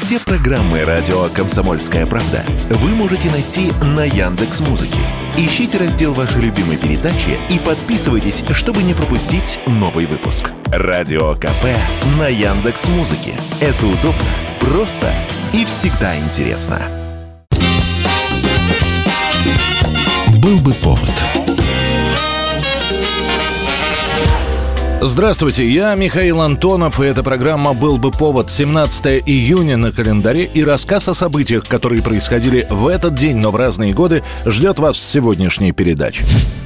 Все программы радио «Комсомольская правда» вы можете найти на Яндекс.Музыке. Ищите раздел вашей любимой передачи и подписывайтесь, чтобы не пропустить новый выпуск. Радио КП на Яндекс.Музыке. Это удобно, просто и всегда интересно. Был бы повод. Здравствуйте, я Михаил Антонов, и эта программа «Был бы повод». 17 июня на календаре, и рассказ о событиях, которые происходили в этот день, но в разные годы, ждет вас в сегодняшней передаче.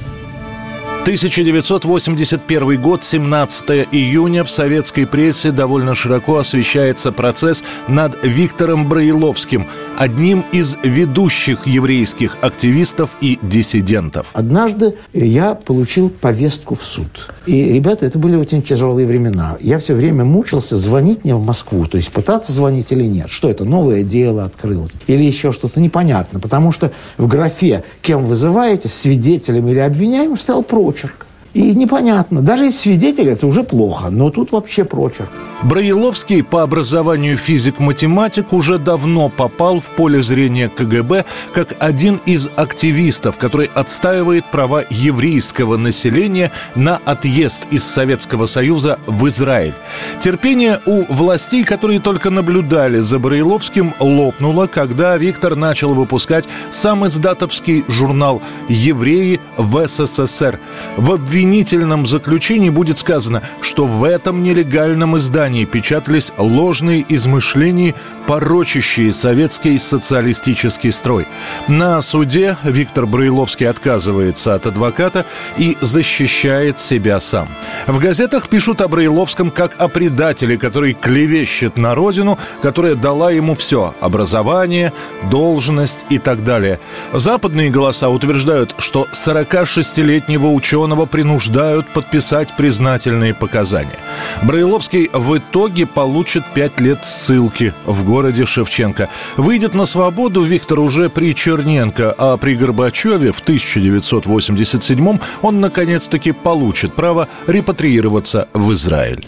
1981 год, 17 июня. В советской прессе довольно широко освещается процесс над Виктором Браиловским, одним из ведущих еврейских активистов и диссидентов. Однажды я получил повестку в суд. И, ребята, это были очень тяжелые времена. Я все время мучился звонить мне в Москву. То есть пытаться звонить или нет. Что это, новое дело открылось? Или еще что-то непонятно. Потому что в графе «Кем вызываете?» свидетелем или обвиняемым стоял прочерк. И непонятно. Даже если свидетель, это уже плохо. Но тут вообще прочерк. Браиловский, по образованию физик-математик, уже давно попал в поле зрения КГБ как один из активистов, который отстаивает права еврейского населения на отъезд из Советского Союза в Израиль. Терпение у властей, которые только наблюдали за Браиловским, лопнуло, когда Виктор начал выпускать сам издатовский журнал «Евреи в СССР». В обвинительном заключении будет сказано, что в этом нелегальном издании печатались ложные измышления, порочащие советский социалистический строй. На суде Виктор Браиловский отказывается от адвоката и защищает себя сам. В газетах пишут о Браиловском как о предателе, который клевещет на родину, которая дала ему все – образование, должность и так далее. Западные голоса утверждают, что 46-летнего ученого принуждают подписать признательные показания. Браиловский в итоге получит 5 лет ссылки в городе Шевченко. Выйдет на свободу Виктор уже при Черненко, а при Горбачеве в 1987-м он наконец-таки получит право репатриироваться в Израиль.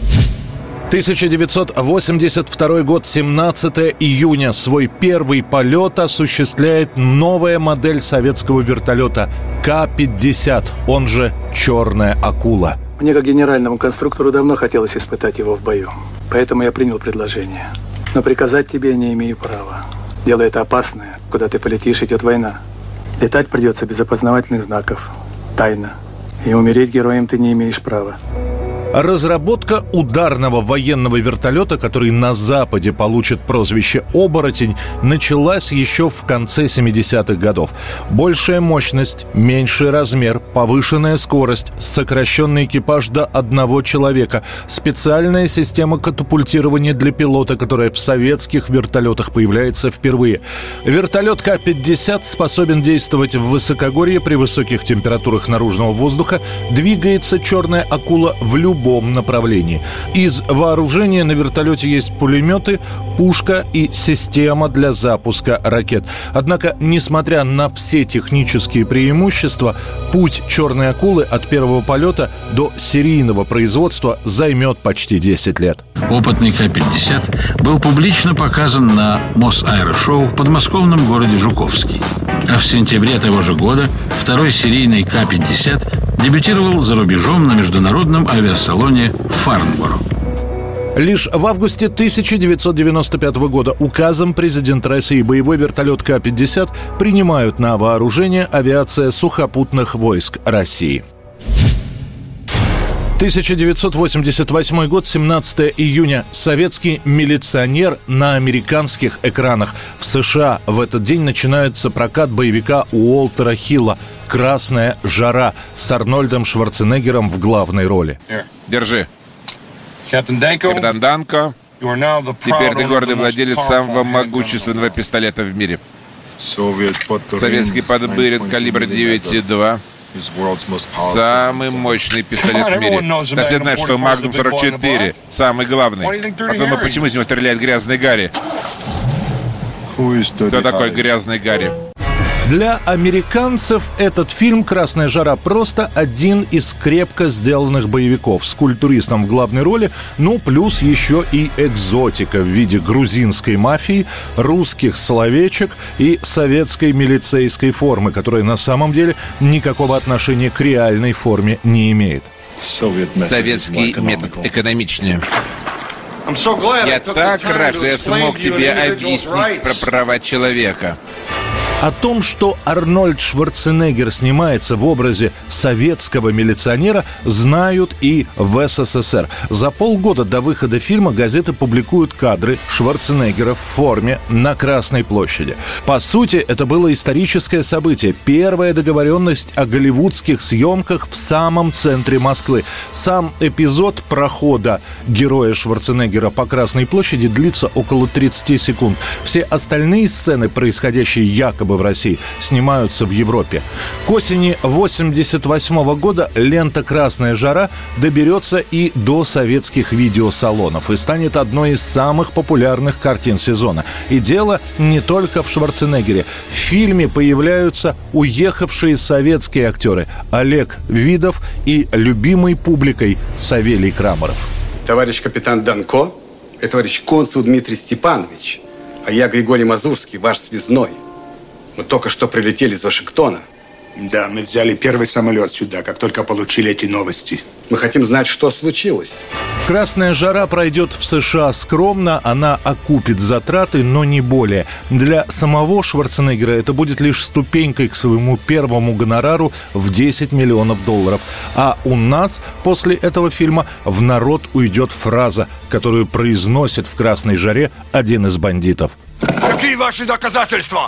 1982 год, 17 июня. Свой первый полет осуществляет новая модель советского вертолета К-50, он же «Черная акула». Мне, как генеральному конструктору, давно хотелось испытать его в бою. Поэтому я принял предложение. Но приказать тебе я не имею права. Дело это опасное. Куда ты полетишь, идет война. Летать придется без опознавательных знаков. Тайна. И умереть героем ты не имеешь права. Разработка ударного военного вертолета, который на Западе получит прозвище «Оборотень», началась еще в конце 70-х годов. Большая мощность, меньший размер, повышенная скорость, сокращенный экипаж до 1 человека, специальная система катапультирования для пилота, которая в советских вертолетах появляется впервые. Вертолет К-50 способен действовать в высокогорье при высоких температурах наружного воздуха. Двигается «Черная акула» в любом направлении. Из вооружения на вертолете есть пулеметы, пушка и система для запуска ракет. Однако, несмотря на все технические преимущества, путь «Черной акулы» от первого полета до серийного производства займет почти 10 лет. Опытный К-50 был публично показан на Мосаэрошоу в подмосковном городе Жуковский. А в сентябре того же года второй серийный К-50 дебютировал за рубежом на международном авиасалоне в Фарнборо. Лишь в августе 1995 года указом президента России боевой вертолет К-50 принимают на вооружение авиация сухопутных войск России. 1988 год, 17 июня. Советский милиционер на американских экранах. В США в этот день начинается прокат боевика Уолтера Хилла «Красная жара» с Арнольдом Шварценеггером в главной роли. Держи. Капитан Данко, теперь ты гордый владелец самого могущественного пистолета в мире. Советский подбырин калибр 9,2. Самый мощный пистолет в мире. Да все знают, что Magnum 44 самый главный. Потом, почему из него стреляет грязный Гарри? Кто такой грязный Гарри? Для американцев этот фильм «Красная жара» просто один из крепко сделанных боевиков с культуристом в главной роли, ну, плюс еще и экзотика в виде грузинской мафии, русских словечек и советской милицейской формы, которая на самом деле никакого отношения к реальной форме не имеет. Советский метод экономичнее. Я так рад, что я смог тебе объяснить про права человека. О том, что Арнольд Шварценеггер снимается в образе советского милиционера, знают и в СССР. За полгода до выхода фильма газеты публикуют кадры Шварценеггера в форме на Красной площади. По сути, это было историческое событие. Первая договоренность о голливудских съемках в самом центре Москвы. Сам эпизод прохода героя Шварценеггера по Красной площади длится около 30 секунд. Все остальные сцены, происходящие якобы в России, снимаются в Европе. К осени 1988 года лента «Красная жара» доберется и до советских видеосалонов и станет одной из самых популярных картин сезона. И дело не только в Шварценеггере. В фильме появляются уехавшие советские актеры Олег Видов и любимый публикой Савелий Крамаров. Товарищ капитан Данко и товарищ консул Дмитрий Степанович, а я Григорий Мазурский, ваш связной. Мы только что прилетели из Вашингтона. Да, мы взяли первый самолет сюда, как только получили эти новости. Мы хотим знать, что случилось. «Красная жара» пройдет в США скромно, она окупит затраты, но не более. Для самого Шварценеггера это будет лишь ступенькой к своему первому гонорару в $10 миллионов. А у нас после этого фильма в народ уйдет фраза, которую произносит в «Красной жаре» один из бандитов. Какие ваши доказательства?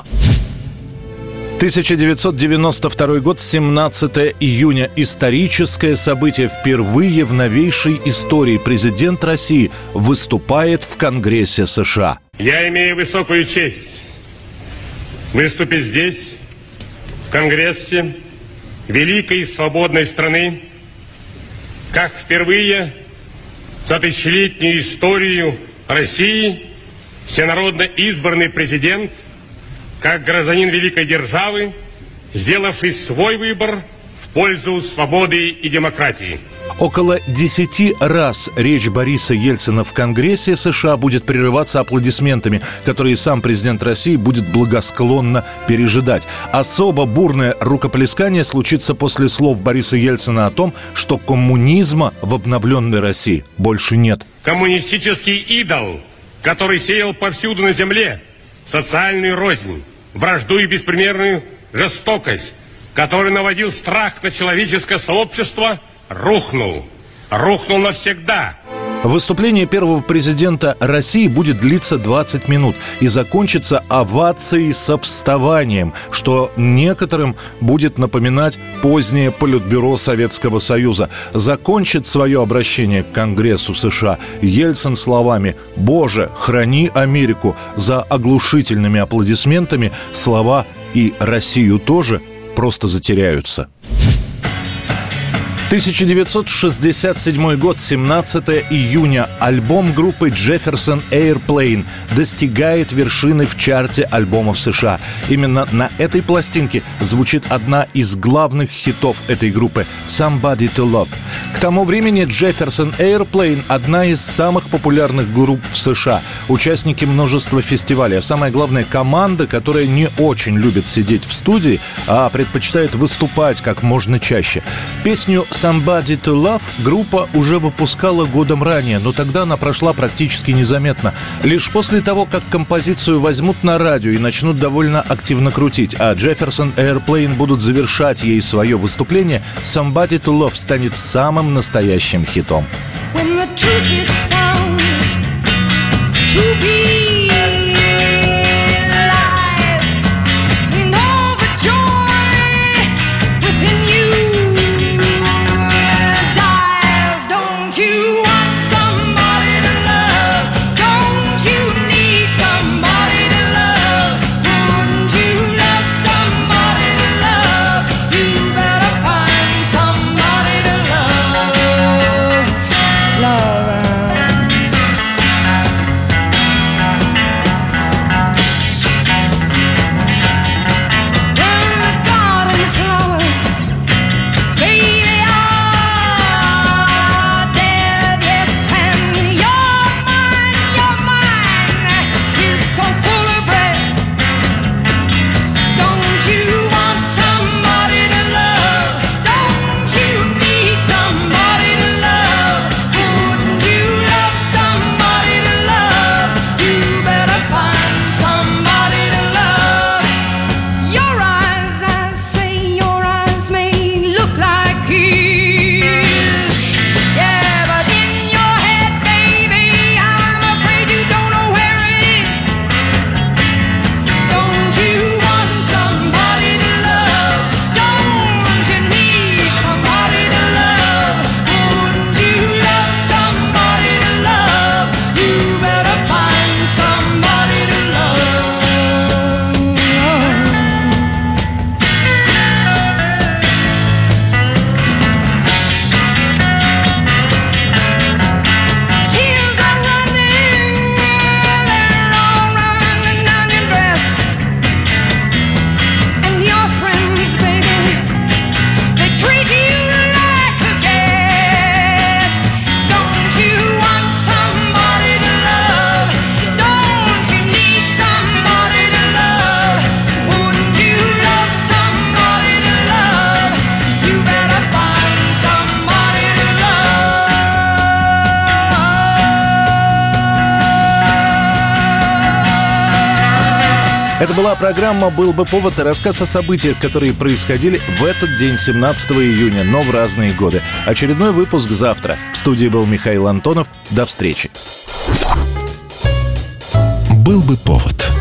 1992 год, 17 июня. Историческое событие. Впервые в новейшей истории президент России выступает в Конгрессе США. Я имею высокую честь выступить здесь, в Конгрессе великой и свободной страны, как впервые за тысячелетнюю историю России всенародно избранный президент, как гражданин великой державы, сделавший свой выбор в пользу свободы и демократии. Около 10 раз речь Бориса Ельцина в Конгрессе США будет прерываться аплодисментами, которые сам президент России будет благосклонно пережидать. Особо бурное рукоплескание случится после слов Бориса Ельцина о том, что коммунизма в обновленной России больше нет. Коммунистический идол, который сеял повсюду на земле социальную рознь, вражду и беспримерную жестокость, который наводил страх на человеческое сообщество, рухнул навсегда. Выступление первого президента России будет длиться 20 минут и закончится овацией с обставанием, что некоторым будет напоминать позднее Политбюро Советского Союза. Закончит свое обращение к Конгрессу США Ельцин словами «Боже, храни Америку». За оглушительными аплодисментами слова «и Россию тоже» просто затеряются. 1967 год, 17 июня. Альбом группы Jefferson Airplane достигает вершины в чарте альбомов США. Именно на этой пластинке звучит одна из главных хитов этой группы «Somebody to Love». К тому времени Jefferson Airplane – одна из самых популярных групп в США. Участники множества фестивалей, а самое главное – команда, которая не очень любит сидеть в студии, а предпочитает выступать как можно чаще. Песню «Somebody to Love» группа уже выпускала годом ранее, но тогда она прошла практически незаметно. Лишь после того, как композицию возьмут на радио и начнут довольно активно крутить, а Jefferson Airplane будут завершать ей свое выступление, «Somebody to Love» станет самым настоящим хитом. Это была программа «Был бы повод» и рассказ о событиях, которые происходили в этот день, 17 июня, но в разные годы. Очередной выпуск завтра. В студии был Михаил Антонов. До встречи. «Был бы повод».